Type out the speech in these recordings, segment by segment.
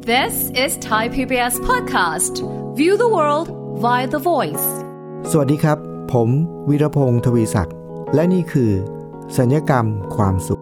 This is Thai PBS podcast. View the world via the voice. สวัสดีครับผมวีรพงศ์ทวีศักดิ์และนี่คือสัญญกรรมความสุข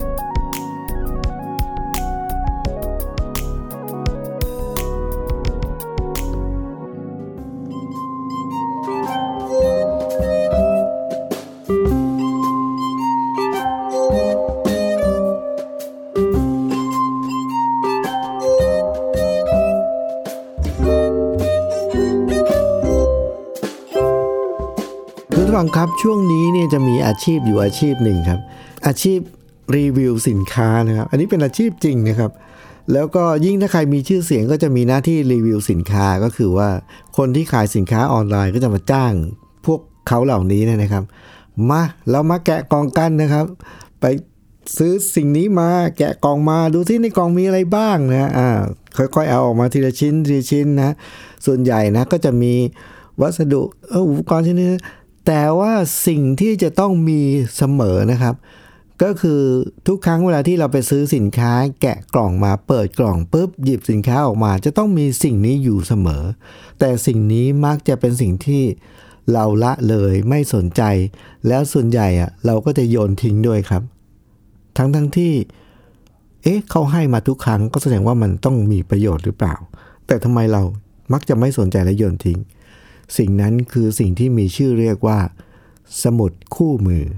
ฟังครับช่วงนี้เนี่ยจะมีอาชีพอยู่อาชีพหนึ่งครับอาชีพรีวิวสินค้านะครับอันนี้เป็นอาชีพจริงนะครับแล้วก็ยิ่งถ้าใครมีชื่อเสียงก็จะมีหน้าที่รีวิวสินค้าก็คือว่าคนที่ขายสินค้าออนไลน์ก็จะมาจ้างพวกเขาเหล่านี้นะครับมาเรามาแกะกล่องกันนะครับไปซื้อสิ่งนี้มาแกะกล่องมาดูที่ในกล่องมีอะไรบ้างนะค่อยๆเอาออกมาทีละชิ้นทีละชิ้นนะส่วนใหญ่นะก็จะมีวัสดุอุปกรณ์ชนิดนี้แต่ว่าสิ่งที่จะต้องมีเสมอนะครับก็คือทุกครั้งเวลาที่เราไปซื้อสินค้าแกะกล่องมาเปิดกล่องปุ๊บหยิบสินค้าออกมาจะต้องมีสิ่งนี้อยู่เสมอแต่สิ่งนี้มักจะเป็นสิ่งที่เราละเลยไม่สนใจแล้วส่วนใหญ่เราก็จะโยนทิ้งด้วยครับทั้งที่เขาให้มาทุกครั้งก็แสดงว่ามันต้องมีประโยชน์หรือเปล่าแต่ทำไมเรามักจะไม่สนใจและโยนทิ้งสิ่งนั้นคือสิ่งที่มีชื่อเรียกว่าสมุดคู่มือ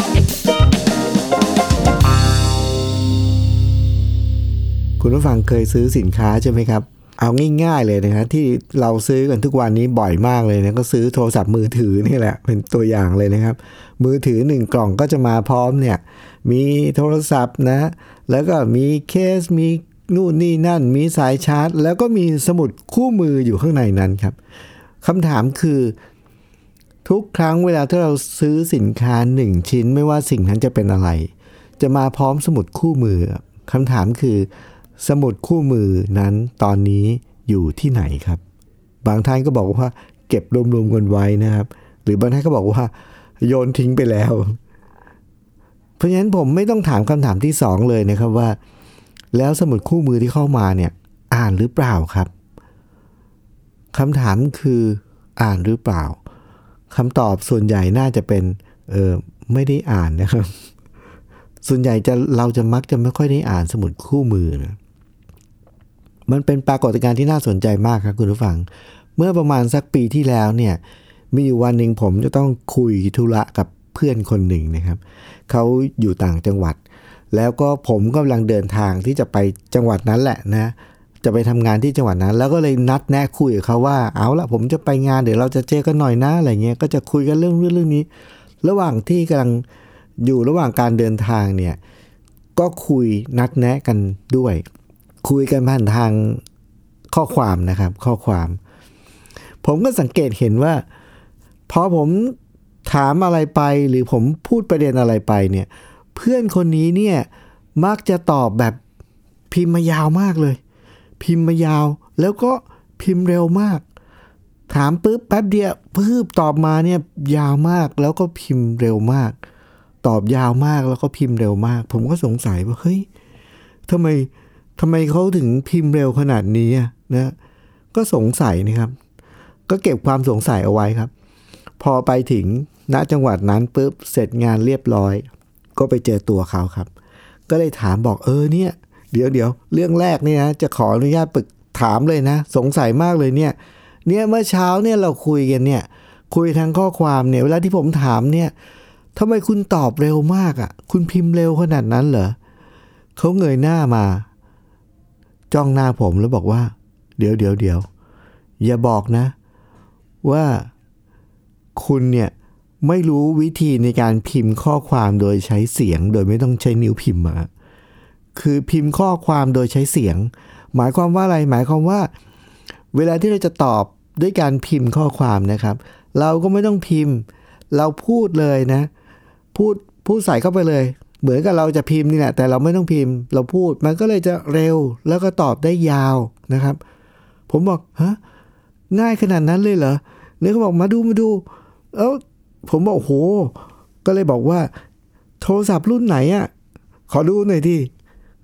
คุณผู้ฟังเคยซื้อสินค้าใช่ไหมครับเอาง่ายๆเลยนะครับที่เราซื้อกันทุกวันนี้บ่อยมากเลยนะก็ซื้อโทรศัพท์มือถือนี่แหละเป็นตัวอย่างเลยนะครับมือถือ1กล่องก็จะมาพร้อมเนี่ยมีโทรศัพท์นะแล้วก็มีเคสมีนู่นนี่นั่นมีสายชาร์จแล้วก็มีสมุดคู่มืออยู่ข้างในนั้นครับคำถามคือทุกครั้งเวลาที่เราซื้อสินค้า1ชิ้นไม่ว่าสิ่งนั้นจะเป็นอะไรจะมาพร้อมสมุดคู่มือคำถามคือสมุดคู่มือนั้นตอนนี้อยู่ที่ไหนครับบางท่านก็บอกว่าเก็บรวมๆกันไว้นะครับหรือบางท่านก็บอกว่าโยนทิ้งไปแล้วเพราะฉะนั้นผมไม่ต้องถามคำถามที่2เลยนะครับว่าแล้วสมุดคู่มือที่เข้ามาเนี่ยอ่านหรือเปล่าครับคำถามคืออ่านหรือเปล่าคำตอบส่วนใหญ่น่าจะเป็นไม่ได้อ่านนะครับส่วนใหญ่เราจะมักจะไม่ค่อยได้อ่านสมุดคู่มือนะมันเป็นปรากฏการณ์ที่น่าสนใจมากครับคุณผู้ฟังเมื่อประมาณสักปีที่แล้วเนี่ยมีอยู่วันหนึ่งผมจะต้องคุยธุระกับเพื่อนคนหนึ่งนะครับเขาอยู่ต่างจังหวัดแล้วก็ผมกำลังเดินทางที่จะไปจังหวัดนั้นแหละนะจะไปทำงานที่จังหวัดนั้นแล้วก็เลยนัดแนะคุยกับเขาว่าเอาละผมจะไปงานเดี๋ยวเราจะเจอกันหน่อยนะอะไรเงี้ยก็จะคุยกันเรื่องนี้ระหว่างที่กำลังอยู่ระหว่างการเดินทางเนี่ยก็คุยนัดแนะกันด้วยคุยกันผ่านทางข้อความนะครับข้อความผมก็สังเกตเห็นว่าพอผมถามอะไรไปหรือผมพูดประเด็นอะไรไปเนี่ยเพื่อนคนนี้เนี่ยมักจะตอบแบบพิมพ์มายาวมากเลยพิมพ์มายาวแล้วก็พิมพ์เร็วมากถามปุ๊บแป๊บเดียวปึ๊บตอบมาเนี่ยยาวมากแล้วก็พิมพ์เร็วมากตอบยาวมากแล้วก็พิมพ์เร็วมากผมก็สงสัยว่าเฮ้ยทำไมเขาถึงพิมพ์เร็วขนาดนี้นะก็สงสัยนะครับก็เก็บความสงสัยเอาไว้ครับพอไปถึงณจังหวัดนั้นปุ๊บเสร็จงานเรียบร้อยก็ไปเจอตัวเขาครับก็เลยถามบอกเนี่ยเดี๋ยวเรื่องแรกนี่นะจะขออนุญาตปรึกถามเลยนะสงสัยมากเลยเนี่ยเมื่อเช้าเนี่ยเราคุยกันเนี่ยคุยทางข้อความเนี่ยเวลาที่ผมถามเนี่ยทำไมคุณตอบเร็วมากคุณพิมพ์เร็วขนาดนั้นเหรอเขาเงยหน้ามาจ้องหน้าผมแล้วบอกว่าเดี๋ยวอย่าบอกนะว่าคุณเนี่ยไม่รู้วิธีในการพิมพ์ข้อความโดยใช้เสียงโดยไม่ต้องใช้นิ้วพิมพ์คือพิมพ์ข้อความโดยใช้เสียงหมายความว่าอะไรหมายความว่าเวลาที่เราจะตอบด้วยการพิมพ์ข้อความนะครับเราก็ไม่ต้องพิมพ์เราพูดเลยนะพูดใส่เข้าไปเลยเหมือนกับเราจะพิมพ์นี่แหละแต่เราไม่ต้องพิมพ์เราพูดมันก็เลยจะเร็วแล้วก็ตอบได้ยาวนะครับผมบอกง่ายขนาดนั้นเลยเหรอเนี่ยเขาบอกมาดูแล้วผมบอกโหก็เลยบอกว่าโทรศัพท์รุ่นไหนขอดูหน่อยที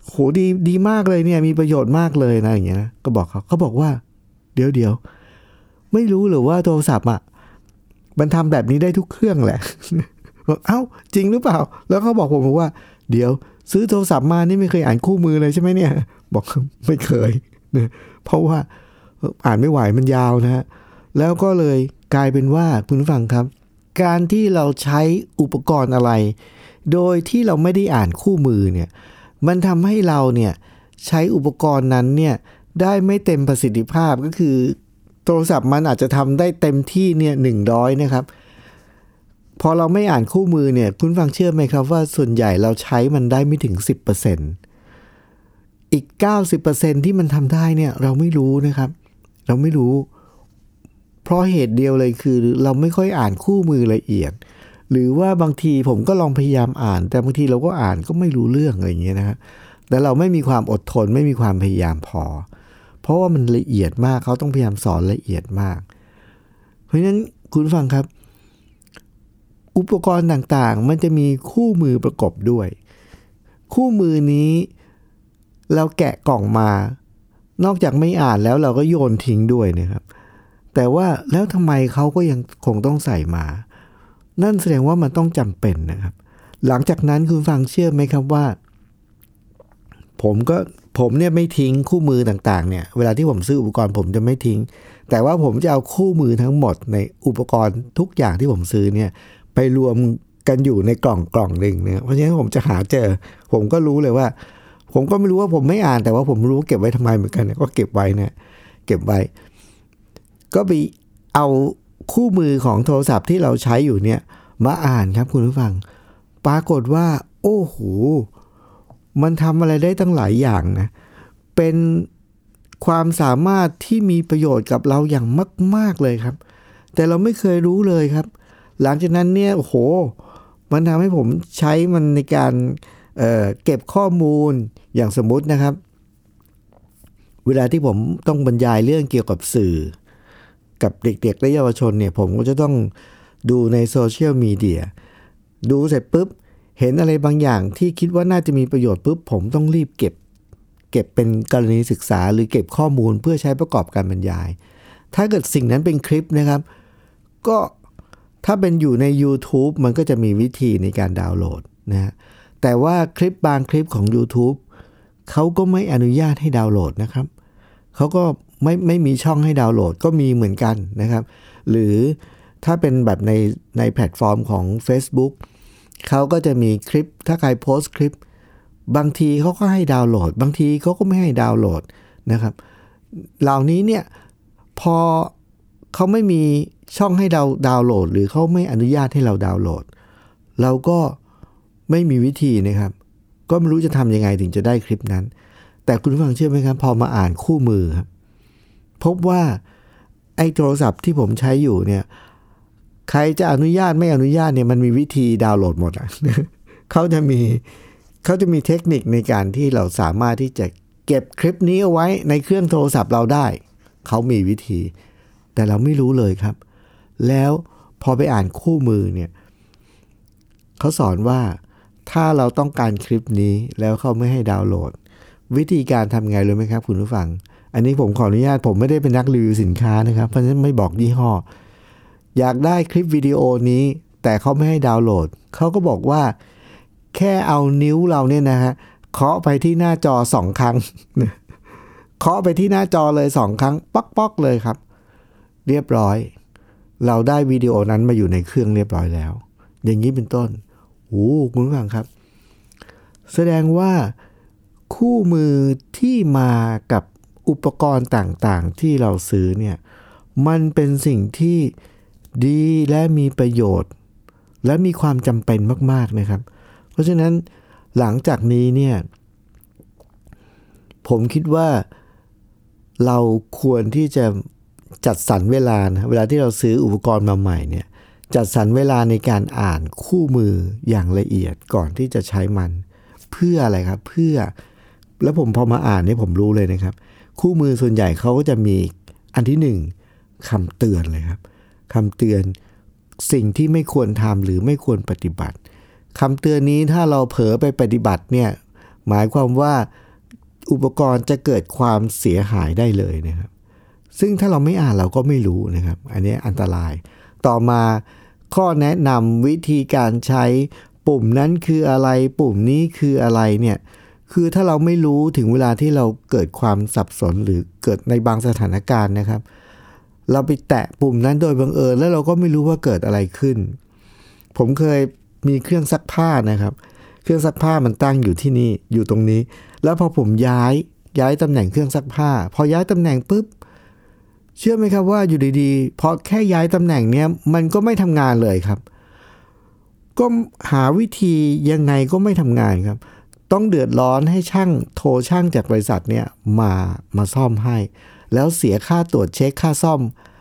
โหดีมากเลยเนี่ยมีประโยชน์มากเลยนะอย่างเงี้ยนะก็บอกเขาบอกว่าเดี๋ยวไม่รู้หรือว่าโทรศัพท์อ่ะมันทำแบบนี้ได้ทุกเครื่องแหละ บอกเอ้าจริงหรือเปล่าแล้วเขาบอกผมว่าเดี๋ยวซื้อโทรศัพท์มานี่ไม่เคยอ่านคู่มือเลยใช่ไหมเนี่ยบอกไม่เคยนะเพราะว่าอ่านไม่ไหวมันยาวนะฮะแล้วก็เลยกลายเป็นว่าคุณผู้ฟังครับการที่เราใช้อุปกรณ์อะไรโดยที่เราไม่ได้อ่านคู่มือเนี่ยมันทำให้เราเนี่ยใช้อุปกรณ์นั้นเนี่ยได้ไม่เต็มประสิทธิภาพก็คือโทรศัพท์มันอาจจะทำได้เต็มที่เนี่ย100นะครับพอเราไม่อ่านคู่มือเนี่ยคุณฟังเชื่อไหมครับว่าส่วนใหญ่เราใช้มันได้ไม่ถึง 10% อีก 90% ที่มันทำได้เนี่ยเราไม่รู้นะครับเราไม่รู้เพราะเหตุเดียวเลยคือเราไม่ค่อยอ่านคู่มือละเอียดหรือว่าบางทีผมก็ลองพยายามอ่านแต่บางทีเราก็อ่านก็ไม่รู้เรื่องอะไรอย่างเงี้ยนะครับแต่เราไม่มีความอดทนไม่มีความพยายามพอเพราะว่ามันละเอียดมากเขาต้องพยายามสอนละเอียดมากเพราะฉะนั้นคุณฟังครับอุปกรณ์ต่างๆมันจะมีคู่มือประกอบด้วยคู่มือนี้เราแกะกล่องมานอกจากไม่อ่านแล้วเราก็โยนทิ้งด้วยนะครับแต่ว่าแล้วทำไมเขาก็ยังคงต้องใส่มานั่นแสดงว่ามันต้องจำเป็นนะครับหลังจากนั้นคุณฟังเชื่อไหมครับว่าผมเนี่ยไม่ทิ้งคู่มือต่างๆเนี่ยเวลาที่ผมซื้ออุปกรณ์ผมจะไม่ทิ้งแต่ว่าผมจะเอาคู่มือทั้งหมดในอุปกรณ์ทุกอย่างที่ผมซื้อเนี่ยไปรวมกันอยู่ในกล่องหนึ่งเนี่ยเพราะฉะนั้นผมจะหาเจอผมก็รู้เลยว่าผมก็ไม่รู้ว่าผมไม่อ่านแต่ว่าผมรู้เก็บไว้ทำไมเหมือนกันก็เก็บไว้นะเก็บไว้ก็ไปเอาคู่มือของโทรศัพท์ที่เราใช้อยู่เนี่ยมาอ่านครับคุณผู้ฟังปรากฏว่าโอ้โหมันทำอะไรได้ตั้งหลายอย่างนะเป็นความสามารถที่มีประโยชน์กับเราอย่างมากๆเลยครับแต่เราไม่เคยรู้เลยครับหลังจากนั้นเนี่ยโอ้โหมันทำให้ผมใช้มันในการเก็บข้อมูลอย่างสมมุตินะครับเวลาที่ผมต้องบรรยายเรื่องเกี่ยวกับสื่อกับเด็กๆและเยาวชนเนี่ยผมก็จะต้องดูในโซเชียลมีเดียดูเสร็จปุ๊บเห็นอะไรบางอย่างที่คิดว่าน่าจะมีประโยชน์ปุ๊บผมต้องรีบเก็บเป็นกรณีศึกษาหรือเก็บข้อมูลเพื่อใช้ประกอบการบรรยายถ้าเกิดสิ่งนั้นเป็นคลิปนะครับก็ถ้าเป็นอยู่ใน YouTube มันก็จะมีวิธีในการดาวน์โหลดนะฮะแต่ว่าคลิปบางคลิปของ YouTube เขาก็ไม่อนุญาตให้ดาวน์โหลดนะครับเขาก็ไม่มีช่องให้ดาวน์โหลดก็มีเหมือนกันนะครับหรือถ้าเป็นแบบในแพลตฟอร์มของ Facebook เขาก็จะมีคลิปถ้าใครโพสต์คลิปบางทีเขาก็ให้ดาวน์โหลดบางทีเขาก็ไม่ให้ดาวน์โหลดนะครับเหล่านี้เนี่ยพอเขาไม่มีช่องให้ดาวน์โหลดหรือเขาไม่อนุญาตให้เราดาวน์โหลดเราก็ไม่มีวิธีนะครับก็ไม่รู้จะทำยังไงถึงจะได้คลิปนั้นแต่คุณผู้ฟังเชื่อไหมครับพอมาอ่านคู่มือครับพบว่าไอ้โทรศัพท์ที่ผมใช้อยู่เนี่ยใครจะอนุญาตไม่อนุญาตเนี่ยมันมีวิธีดาวน์โหลดหมดอ่ะ เขาจะมีเทคนิคในการที่เราสามารถที่จะเก็บคลิปนี้เอาไว้ในเครื่องโทรศัพท์เราได้เขามีวิธีแต่เราไม่รู้เลยครับแล้วพอไปอ่านคู่มือเนี่ยเขาสอนว่าถ้าเราต้องการคลิปนี้แล้วเขาไม่ให้ดาวน์โหลดวิธีการทำไงรู้ไหมครับคุณผู้ฟังอันนี้ผมขออนุญาตผมไม่ได้เป็นนักรีวิวสินค้านะครับเพราะฉะนั้นไม่บอกยี่ห้ออยากได้คลิปวิดีโอนี้แต่เขาไม่ให้ดาวน์โหลดเขาก็บอกว่าแค่เอานิ้วเราเนี่ยนะฮะเคาะไปที่หน้าจอ2ครั้งเคาะไปที่หน้าจอเลย2ครั้งป๊อกๆเลยครับเรียบร้อยเราได้วิดีโอนั้นมาอยู่ในเครื่องเรียบร้อยแล้วอย่างนี้เป็นต้นโอ้คุณผู้ฟังครับแสดงว่าคู่มือที่มากับอุปกรณ์ต่างๆที่เราซื้อเนี่ยมันเป็นสิ่งที่ดีและมีประโยชน์และมีความจำเป็นมากๆนะครับเพราะฉะนั้นหลังจากนี้เนี่ยผมคิดว่าเราควรที่จะจัดสรรเวลานะเวลาที่เราซื้ออุปกรณ์มาใหม่เนี่ยจัดสรรเวลาในการอ่านคู่มืออย่างละเอียดก่อนที่จะใช้มันเพื่ออะไรครับเพื่อแล้วผมพอมาอ่านเนี่ยผมรู้เลยนะครับคู่มือส่วนใหญ่เขาก็จะมีอันที่1คำเตือนเลยครับคำเตือนสิ่งที่ไม่ควรทำหรือไม่ควรปฏิบัติคำเตือนนี้ถ้าเราเผลอไปปฏิบัติเนี่ยหมายความว่าอุปกรณ์จะเกิดความเสียหายได้เลยนะครับซึ่งถ้าเราไม่อ่านเราก็ไม่รู้นะครับอันนี้อันตรายต่อมาข้อแนะนำวิธีการใช้ปุ่มนั้นคืออะไรปุ่มนี้คืออะไรเนี่ยคือถ้าเราไม่รู้ถึงเวลาที่เราเกิดความสับสนหรือเกิดในบางสถานการณ์นะครับเราไปแตะปุ่มนั้นโดยบังเอิญแล้วเราก็ไม่รู้ว่าเกิดอะไรขึ้นผมเคยมีเครื่องซักผ้านะครับเครื่องซักผ้ามันตั้งอยู่ที่นี่อยู่ตรงนี้แล้วพอผมย้ายตำแหน่งเครื่องซักผ้าพอย้ายตำแหน่งปุ๊บเชื่อไหมครับว่าอยู่ดีๆพอแค่ย้ายตำแหน่งเนี้ยมันก็ไม่ทำงานเลยครับก็หาวิธียังไงก็ไม่ทำงานครับต้องเดือดร้อนให้ช่างโทรช่างจากบริษัทเนี่ยมาซ่อมให้แล้วเสียค่าตรวจเช็คค่าซ่อม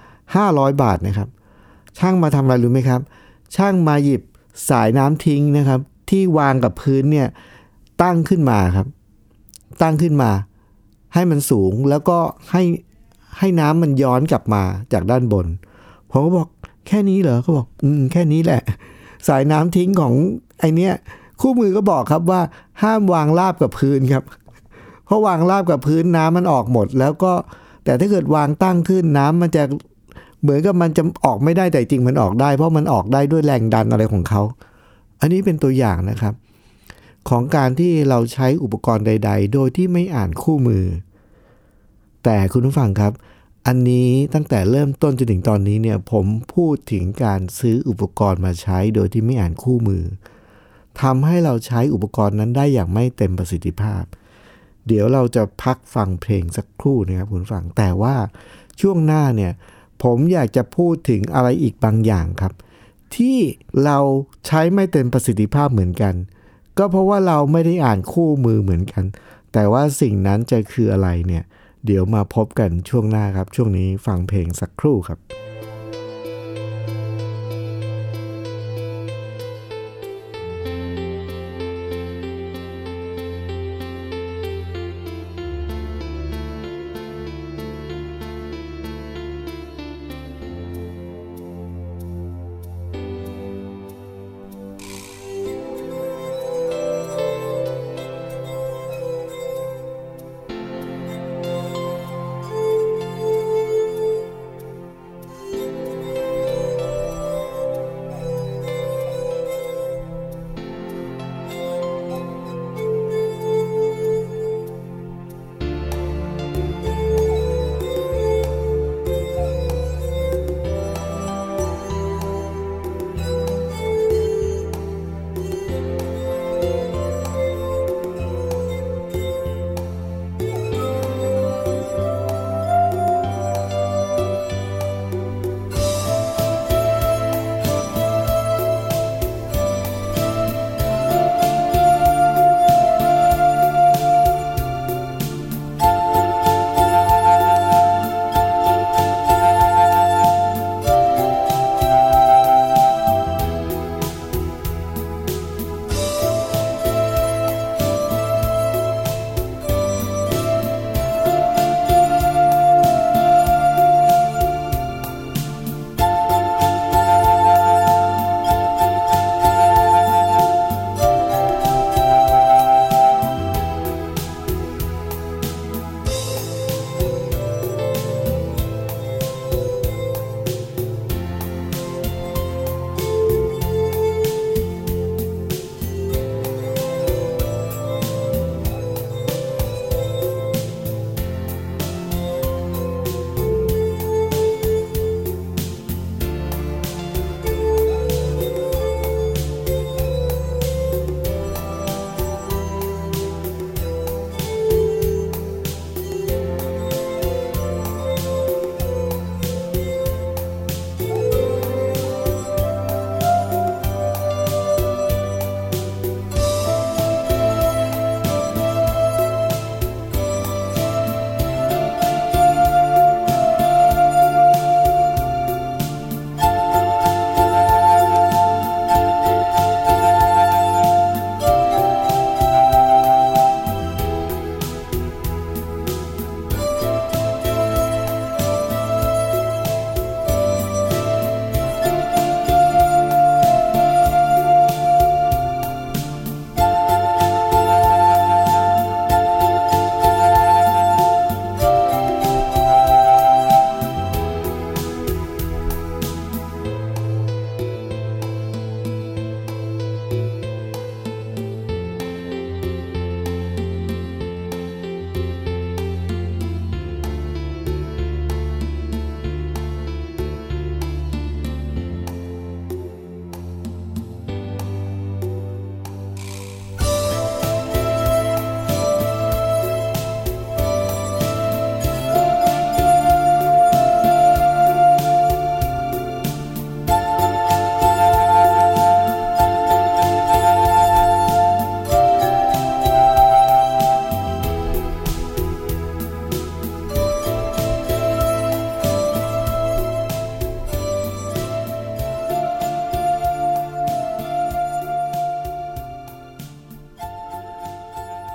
500 บาทนะครับช่างมาทำอะไรรู้ไหมครับช่างมาหยิบสายน้ำทิ้งนะครับที่วางกับพื้นเนี่ยตั้งขึ้นมาครับตั้งขึ้นมาให้มันสูงแล้วก็ให้น้ำมันย้อนกลับมาจากด้านบนผมก็บอกแค่นี้เหรอเขาบอกแค่นี้แหละสายน้ำทิ้งของไอเนี้ยคู่มือก็บอกครับว่าห้ามวางราบกับพื้นครับเพราะวางราบกับพื้นน้ำมันออกหมดแล้วก็แต่ถ้าเกิดวางตั้งขึ้นน้ำมันจะเหมือนกับมันจะออกไม่ได้แต่จริงมันออกได้เพราะมันออกได้ด้วยแรงดันอะไรของเขาอันนี้เป็นตัวอย่างนะครับของการที่เราใช้อุปกรณ์ใดๆโดยที่ไม่อ่านคู่มือแต่คุณผู้ฟังครับอันนี้ตั้งแต่เริ่มต้นจนถึงตอนนี้เนี่ยผมพูดถึงการซื้ออุปกรณ์มาใช้โดยที่ไม่อ่านคู่มือทำให้เราใช้อุปกรณ์นั้นได้อย่างไม่เต็มประสิทธิภาพเดี๋ยวเราจะพักฟังเพลงสักครู่นะครับคุณผู้ฟังแต่ว่าช่วงหน้าเนี่ยผมอยากจะพูดถึงอะไรอีกบางอย่างครับที่เราใช้ไม่เต็มประสิทธิภาพเหมือนกันก็เพราะว่าเราไม่ได้อ่านคู่มือเหมือนกันแต่ว่าสิ่งนั้นจะคืออะไรเนี่ยเดี๋ยวมาพบกันช่วงหน้าครับช่วงนี้ฟังเพลงสักครู่ครับ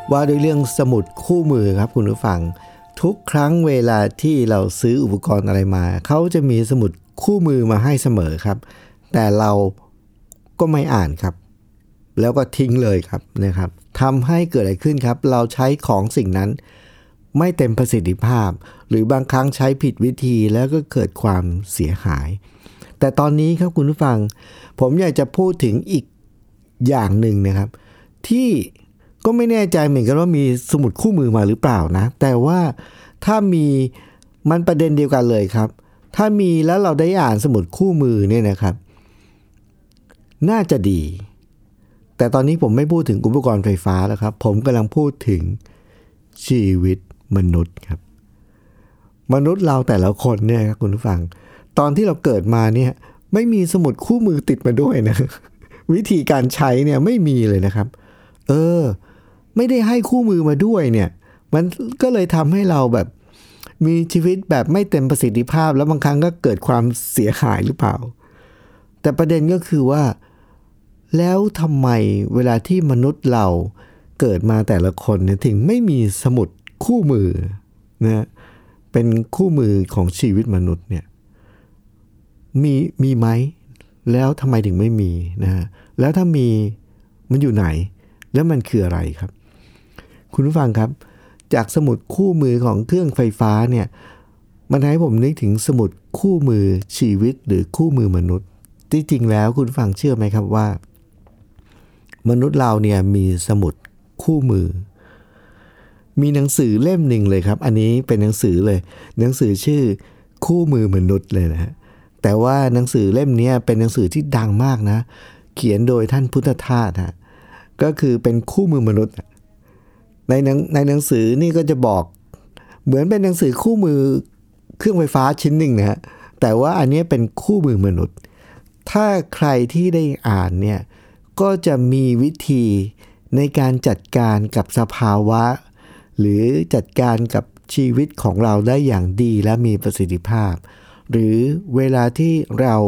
ว่าด้วยเรื่องสมุดคู่มือครับคุณผู้ฟังทุกครั้งเวลาที่เราซื้ออุปกรณ์อะไรมาเขาจะมีสมุดคู่มือมาให้เสมอครับแต่เราก็ไม่อ่านครับแล้วก็ทิ้งเลยครับนะครับทำให้เกิดอะไรขึ้นครับเราใช้ของสิ่งนั้นไม่เต็มประสิทธิภาพหรือบางครั้งใช้ผิดวิธีแล้วก็เกิดความเสียหายแต่ตอนนี้ครับคุณผู้ฟังผมอยากจะพูดถึงอีกอย่างหนึ่งนะครับที่ก็ไม่แน่ใจเหมือนกันว่ามีสมุดคู่มือมาหรือเปล่านะแต่ว่าถ้ามีมันประเด็นเดียวกันเลยครับถ้ามีแล้วเราได้อ่านสมุดคู่มือเนี่ยนะครับน่าจะดีแต่ตอนนี้ผมไม่พูดถึงอุปกรณ์ไฟฟ้าแล้วครับผมกำลังพูดถึงชีวิตมนุษย์ครับมนุษย์เราแต่ละคนเนี่ยครับคุณผู้ฟังตอนที่เราเกิดมาเนี่ยไม่มีสมุดคู่มือติดมาด้วยนะ วิธีการใช้เนี่ยไม่มีเลยนะครับไม่ได้ให้คู่มือมาด้วยเนี่ยมันก็เลยทำให้เราแบบมีชีวิตแบบไม่เต็มประสิทธิภาพแล้วบางครั้งก็เกิดความเสียหายหรือเปล่าแต่ประเด็นก็คือว่าแล้วทำไมเวลาที่มนุษย์เราเกิดมาแต่ละคนเนี่ยถึงไม่มีสมุดคู่มือนะเป็นคู่มือของชีวิตมนุษย์เนี่ยมีไหมแล้วทำไมถึงไม่มีนะฮะแล้วถ้ามีมันอยู่ไหนแล้วมันคืออะไรครับคุณผู้ฟังครับจากสมุดคู่มือของเครื่องไฟฟ้าเนี่ยมันให้ผมนึกถึงสมุดคู่มือชีวิตหรือคู่มือมนุษย์ที่จริงแล้วคุณฟังเชื่อไหมครับว่ามนุษย์เราเนี่ยมีสมุดคู่มือมีหนังสือเล่มหนึ่งเลยครับอันนี้เป็นหนังสือเลยหนังสือชื่อคู่มือมนุษย์เลยนะฮะแต่ว่าหนังสือเล่มนี้เป็นหนังสือที่ดังมากนะเขียนโดยท่านพุทธทาสฮะก็คือเป็นคู่มือมนุษย์ในหนังสือนี่ก็จะบอกเหมือนเป็นหนังสือคู่มือเครื่องไฟฟ้าชิ้นหนึ่งนะฮะแต่ว่าอันนี้เป็นคู่มือมนุษย์ถ้าใครที่ได้อ่านเนี่ยก็จะมีวิธีในการจัดการกับสภาวะหรือจัดการกับชีวิตของเราได้อย่างดีและมีประสิทธิภาพหรือเวลาที่เรา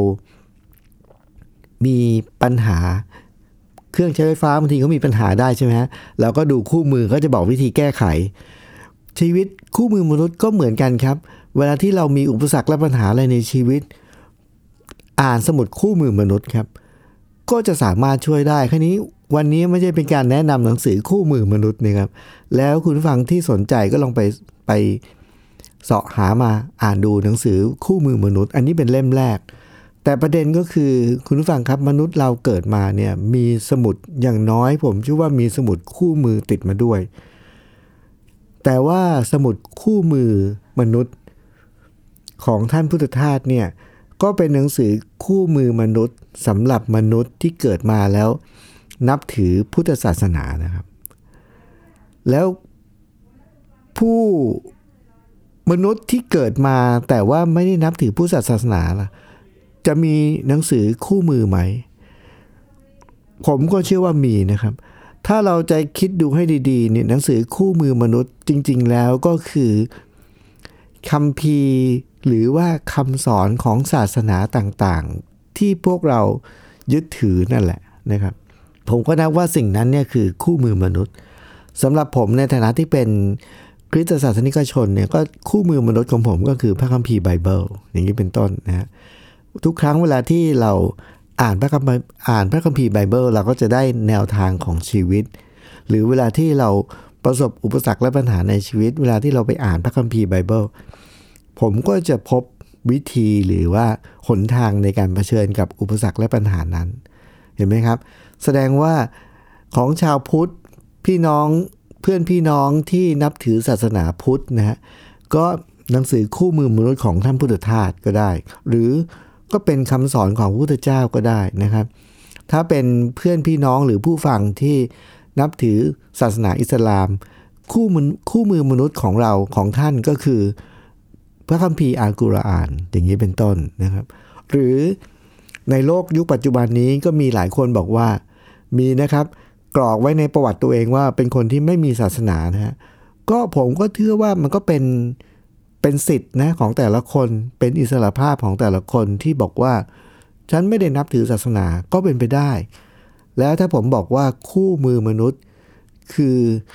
มีปัญหาเครื่องใช้ไฟฟ้าบางทีก็มีปัญหาได้ใช่ไหมฮะเราก็ดูคู่มือก็จะบอกวิธีแก้ไขชีวิตคู่มือมนุษย์ก็เหมือนกันครับเวลาที่เรามีอุปสรรคและปัญหาอะไรในชีวิตอ่านสมุดคู่มือมนุษย์ครับก็จะสามารถช่วยได้แค่นี้วันนี้ไม่ใช่เป็นการแนะนำหนังสือคู่มือมนุษย์นะครับแล้วคุณผู้ฟังที่สนใจก็ลองไปเสาะหามาอ่านดูหนังสือคู่มือมนุษย์อันนี้เป็นเล่มแรกแต่ประเด็นก็คือคุณผู้ฟังครับมนุษย์เราเกิดมาเนี่ยมีสมุดอย่างน้อยผมเชื่อว่ามีสมุดคู่มือติดมาด้วยแต่ว่าสมุดคู่มือมนุษย์ของท่านพุทธทาสเนี่ยก็เป็นหนังสือคู่มือมนุษย์สำหรับมนุษย์ที่เกิดมาแล้วนับถือพุทธศาสนานะครับแล้วผู้มนุษย์ที่เกิดมาแต่ว่าไม่ได้นับถือพุทธศาสนาล่ะจะมีหนังสือคู่มือไหมผมก็เชื่อว่ามีนะครับถ้าเราจะคิดดูให้ดีๆเนี่ยหนังสือคู่มือมนุษย์จริงๆแล้วก็คือคัมภีร์หรือว่าคำสอนของศาสนาต่างๆที่พวกเรายึดถือนั่นแหละนะครับผมก็นับว่าสิ่งนั้นเนี่ยคือคู่มือมนุษย์สำหรับผมในฐานะที่เป็นคริสตศาสนิกชนเนี่ยก็คู่มือมนุษย์ของผมก็คือพระคัมภีร์ไบเบิลอย่างนี้เป็นต้นนะฮะทุกครั้งเวลาที่เราอ่านพระคัมภีร์ไบเบิลเราก็จะได้แนวทางของชีวิตหรือเวลาที่เราประสบอุปสรรคและปัญหาในชีวิตเวลาที่เราไปอ่านพระคัมภีร์ไบเบิลผมก็จะพบวิธีหรือว่าหนทางในการเผชิญกับอุปสรรคและปัญหานั้นเห็นไหมครับแสดงว่าของชาวพุทธพี่น้องเพื่อนพี่น้องที่นับถือศาสนาพุทธนะฮะก็หนังสือคู่มือมนุษย์ของท่านพุทธทาสก็ได้หรือก็เป็นคำสอนของพระพุทธเจ้าก็ได้นะครับถ้าเป็นเพื่อนพี่น้องหรือผู้ฟังที่นับถือศาสนาอิสลามคู่มือมนุษย์ของเราของท่านก็คือพระคัมภีร์อัลกุรอานอย่างนี้เป็นต้นนะครับหรือในโลกยุคปัจจุบันนี้ก็มีหลายคนบอกว่ามีนะครับกรอกไว้ในประวัติตัวเองว่าเป็นคนที่ไม่มีศาสนานะฮะก็ผมก็เชื่อว่ามันก็เป็นสิทธิ์นะของแต่ละคนเป็นอิสรภาพของแต่ละคนที่บอกว่าฉันไม่ได้นับถือศาสนาก็เป็นไปได้แล้วถ้าผมบอกว่าคู่มือมนุษย์คือ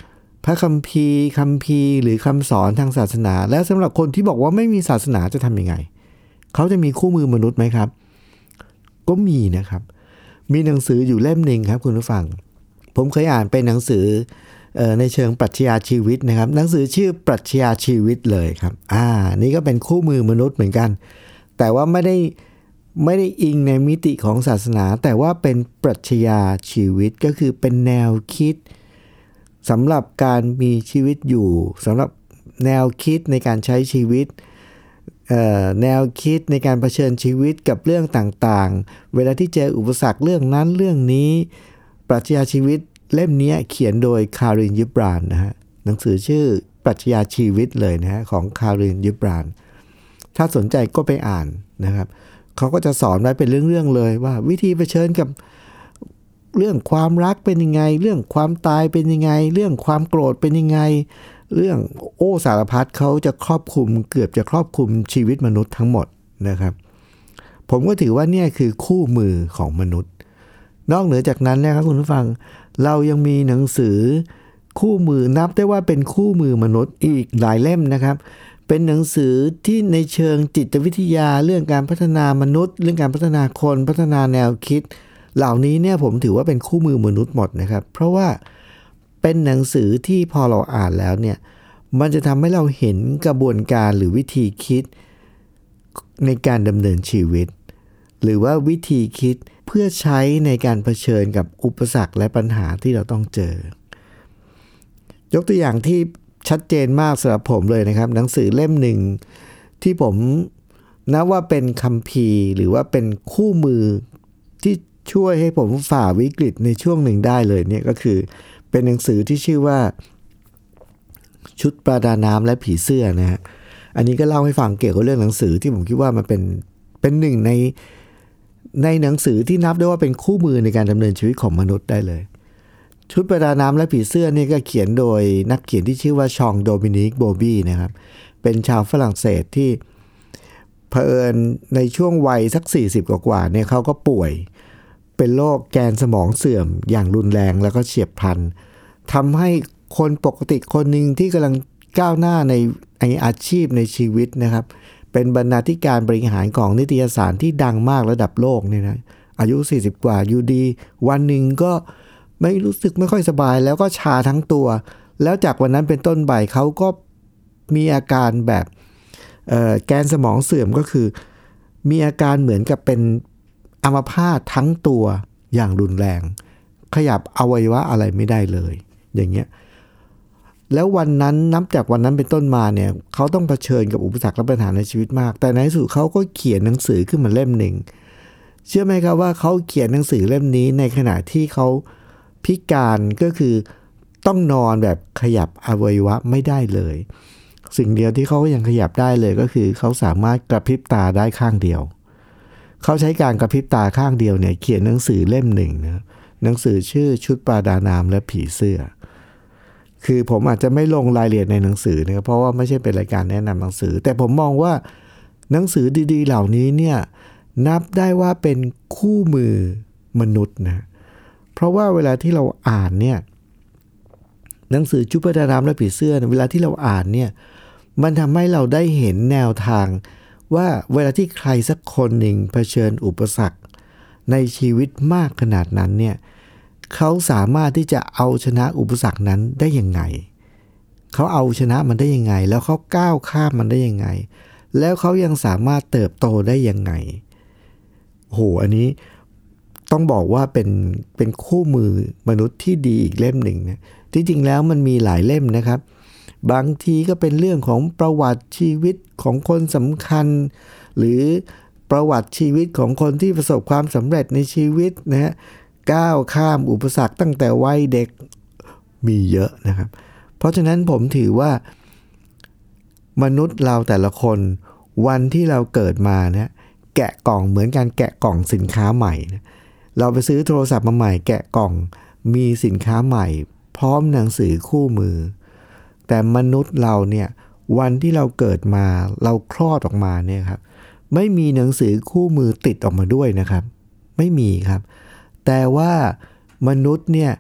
พระคัมภีร์หรือคำสอนทางศาสนาและสำหรับคนที่บอกว่าไม่มีศาสนาจะทำยังไงเขาจะมีคู่มือมนุษย์ไหมครับก็มีนะครับมีหนังสืออยู่เล่มหนึ่งครับคุณผู้ฟังผมเคยอ่านเป็นหนังสือในเชิงปรัชญาชีวิตนะครับหนังสือชื่อปรัชญาชีวิตเลยครับนี่ก็เป็นคู่มือมนุษย์เหมือนกันแต่ว่าไม่ได้อิงในมิติของศาสนาแต่ว่าเป็นปรัชญาชีวิตก็คือเป็นแนวคิดสำหรับการมีชีวิตอยู่สำหรับแนวคิดในการใช้ชีวิตแนวคิดในการเผชิญชีวิตกับเรื่องต่างๆเวลาที่เจออุปสรรคเรื่องนั้นเรื่องนี้ปรัชญาชีวิตเล่มนี้เขียนโดยคาริน ยิบรานนะฮะหนังสือชื่อปรัชญาชีวิตเลยนะฮะของคาริน ยิบรานถ้าสนใจก็ไปอ่านนะครับเขาก็จะสอนไว้เป็นเรื่องๆเลยว่าวิธีเผชิญกับเรื่องความรักเป็นยังไงเรื่องความตายเป็นยังไงเรื่องความโกรธเป็นยังไงเรื่องสารพัดเขาจะครอบคลุมเกือบจะครอบคลุมชีวิตมนุษย์ทั้งหมดนะครับผมก็ถือว่าเนี่ยคือคู่มือของมนุษย์นอกเหนือจากนั้นนะครับคุณผู้ฟังเรายังมีหนังสือคู่มือนับได้ว่าเป็นคู่มือมนุษย์อีกหลายเล่มนะครับเป็นหนังสือที่ในเชิงจิตวิทยาเรื่องการพัฒนามนุษย์เรื่องการพัฒนาคนพัฒนาแนวคิดเหล่านี้เนี่ยผมถือว่าเป็นคู่มือมนุษย์หมดนะครับเพราะว่าเป็นหนังสือที่พอเราอ่านแล้วเนี่ยมันจะทำให้เราเห็นกระบวนการหรือวิธีคิดในการดำเนินชีวิตหรือว่าวิธีคิดเพื่อใช้ในการเผชิญกับอุปสรรคและปัญหาที่เราต้องเจอยกตัวอย่างที่ชัดเจนมากสำหรับผมเลยนะครับหนังสือเล่มหนึ่งที่ผมนับว่าเป็นคัมภีร์หรือว่าเป็นคู่มือที่ช่วยให้ผมฝ่าวิกฤตในช่วงหนึ่งได้เลยเนี่ยก็คือเป็นหนังสือที่ชื่อว่าชุดประดาน้ำและผีเสื้อนะฮะอันนี้ก็เล่าให้ฟังเกี่ยวกับเรื่องหนังสือที่ผมคิดว่ามันเป็นหนึ่งในหนังสือที่นับได้ว่าเป็นคู่มือในการดำเนินชีวิตของมนุษย์ได้เลยชุดประดาน้ำและผีเสื้อนี่ก็เขียนโดยนักเขียนที่ชื่อว่าชองโดมินิกโบบี้นะครับเป็นชาวฝรั่งเศสที่เผอิญในช่วงวัยสัก40กว่าเนี่ยเขาก็ป่วยเป็นโรคแกนสมองเสื่อมอย่างรุนแรงแล้วก็เฉียบพลันทำให้คนปกติคนหนึ่งที่กำลังก้าวหน้าในอาชีพในชีวิตนะครับเป็นบรรณาธิการบริหารของนิตยสารที่ดังมากระดับโลกเนี่ยนะอายุ40กว่าอยู่ดีวันหนึ่งก็ไม่ค่อยสบายแล้วก็ชาทั้งตัวแล้วจากวันนั้นเป็นต้นไปเขาก็มีอาการแบบแกนสมองเสื่อมก็คือมีอาการเหมือนกับเป็นอัมพาตทั้งตัวอย่างรุนแรงขยับอวัยวะอะไรไม่ได้เลยอย่างเงี้ยแล้ววันนั้นนับจากวันนั้นเป็นต้นมาเนี่ยเขาต้องเผชิญกับอุปสรรคและปัญหาในชีวิตมากแต่ในที่สุดเขาก็เขียนหนังสือขึ้นมาเล่มหนึ่งเชื่อไหมครับว่าเขาเขียนหนังสือเล่มนี้ในขณะที่เขาพิการก็คือต้องนอนแบบขยับอวัยวะไม่ได้เลยสิ่งเดียวที่เขายังขยับได้เลยก็คือเขาสามารถกระพริบตาได้ข้างเดียวเขาใช้การกระพริบตาข้างเดียวเนี่ยเขียนหนังสือเล่มหนึ่งนะหนังสือชื่อชุดประดาน้ำและผีเสื้อคือผมอาจจะไม่ลงรายละเอียดในหนังสือนะครับเพราะว่าไม่ใช่เป็นรายการแนะนำหนังสือแต่ผมมองว่าหนังสือดีๆเหล่านี้เนี่ยนับได้ว่าเป็นคู่มือมนุษย์นะเพราะว่าเวลาที่เราอ่านเนี่ยหนังสือชุดประดาน้ำและผีเสื้อเวลาที่เราอ่านเนี่ยมันทำให้เราได้เห็นแนวทางว่าเวลาที่ใครสักคนหนึ่งเผชิญอุปสรรคในชีวิตมากขนาดนั้นเนี่ยเขาสามารถที่จะเอาชนะอุปสรรคนั้นได้ยังไงเขาเอาชนะมันได้ยังไงแล้วเขาก้าวข้ามมันได้ยังไงแล้วเขายังสามารถเติบโตได้ยังไงโหอันนี้ต้องบอกว่าเป็นคู่มือมนุษย์ที่ดีอีกเล่มหนึ่งนะที่จริงแล้วมันมีหลายเล่มนะครับบางทีก็เป็นเรื่องของประวัติชีวิตของคนสำคัญหรือประวัติชีวิตของคนที่ประสบความสำเร็จในชีวิตนะฮะก้าวข้ามอุปสรรคตั้งแต่วัยเด็กมีเยอะนะครับเพราะฉะนั้นผมถือว่ามนุษย์เราแต่ละคนวันที่เราเกิดมาเนี่ยแกะกล่องเหมือนการแกะกล่องสินค้าใหม่นะเราไปซื้อโทรศัพท์มาใหม่แกะกล่องมีสินค้าใหม่พร้อมหนังสือคู่มือแต่มนุษย์เราเนี่ยวันที่เราเกิดมาเราคลอดออกมาเนี่ยครับไม่มีหนังสือคู่มือติดออกมาด้วยนะครับไม่มีครับแต่ว่ามนุษย์เนี่ย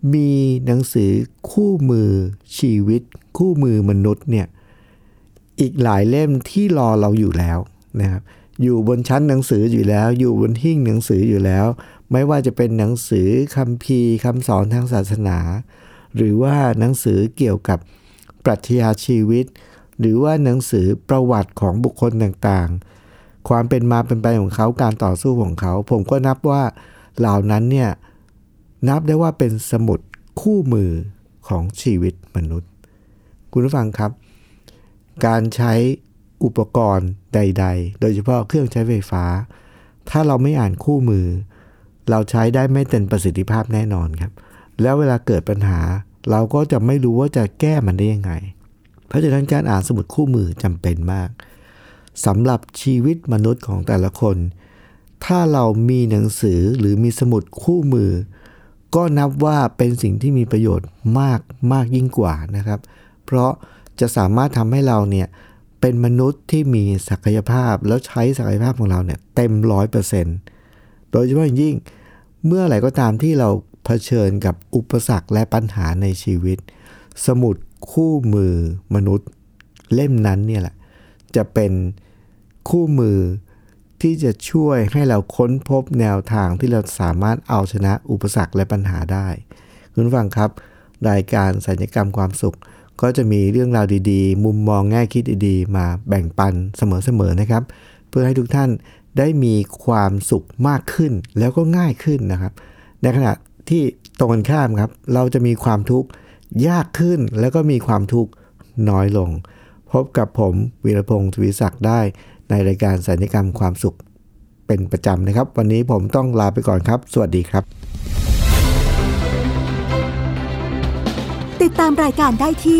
มีหนังสือคู่มือชีวิตคู่มือมนุษย์เนี่ยอีกหลายเล่มที่รอเราอยู่แล้วนะครับอยู่บนชั้นหนังสืออยู่แล้วอยู่บนหิ้งหนังสืออยู่แล้วไม่ว่าจะเป็นหนังสือคัมภีร์คำสอนทางศาสนาหรือว่าหนังสือเกี่ยวกับปรัชญาชีวิตหรือว่าหนังสือประวัติของบุคคลต่างๆความเป็นมาเป็นไปของเขาการต่อสู้ของเขาผมก็นับว่าเหล่านั้นเนี่ยนับได้ว่าเป็นสมุดคู่มือของชีวิตมนุษย์คุณผู้ฟังครับการใช้อุปกรณ์ใดๆโดยเฉพาะเครื่องใช้ไฟฟ้าถ้าเราไม่อ่านคู่มือเราใช้ได้ไม่เต็มประสิทธิภาพแน่นอนครับแล้วเวลาเกิดปัญหาเราก็จะไม่รู้ว่าจะแก้มันได้ยังไงเพราะฉะนั้นการอ่านสมุดคู่มือจำเป็นมากสำหรับชีวิตมนุษย์ของแต่ละคนถ้าเรามีหนังสือหรือมีสมุดคู่มือก็นับว่าเป็นสิ่งที่มีประโยชน์มากยิ่งกว่านะครับเพราะจะสามารถทำให้เราเนี่ยเป็นมนุษย์ที่มีศักยภาพแล้วใช้ศักยภาพของเราเนี่ยเต็ม 100% โดยเฉพาะอย่างยิ่งเมื่อไหร่ก็ตามที่เราเผชิญกับอุปสรรคและปัญหาในชีวิตสมุดคู่มือมนุษย์เล่มนั้นเนี่ยแหละจะเป็นคู่มือที่จะช่วยให้เราค้นพบแนวทางที่เราสามารถเอาชนะอุปสรรคและปัญหาได้คุณผู้ฟังครับรายการสัญญกรรมความสุขก็จะมีเรื่องราวดีๆมุมมองแง่คิดดีๆมาแบ่งปันเสมอๆนะครับเพื่อให้ทุกท่านได้มีความสุขมากขึ้นแล้วก็ง่ายขึ้นนะครับในขณะที่ตรงกันข้ามครับเราจะมีความทุกข์ยากขึ้นแล้วก็มีความทุกข์น้อยลงพบกับผมวีรพงศ์ ทวีศักดิ์ได้ในรายการสัญญกรรมความสุขเป็นประจำนะครับวันนี้ผมต้องลาไปก่อนครับสวัสดีครับติดตามรายการได้ที่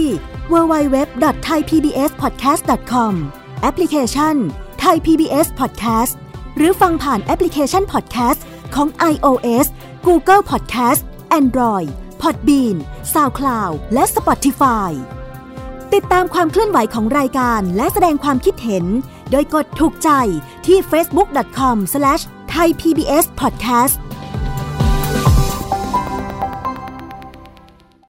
www.thaipbspodcast.com แอปพลิเคชัน Thai PBS Podcast หรือฟังผ่านแอปพลิเคชัน Podcast ของ iOS Google Podcast Android Podbean SoundCloud และ Spotify ติดตามความเคลื่อนไหวของรายการและแสดงความคิดเห็นโดยกดถูกใจที่ facebook.com/thaipbspodcast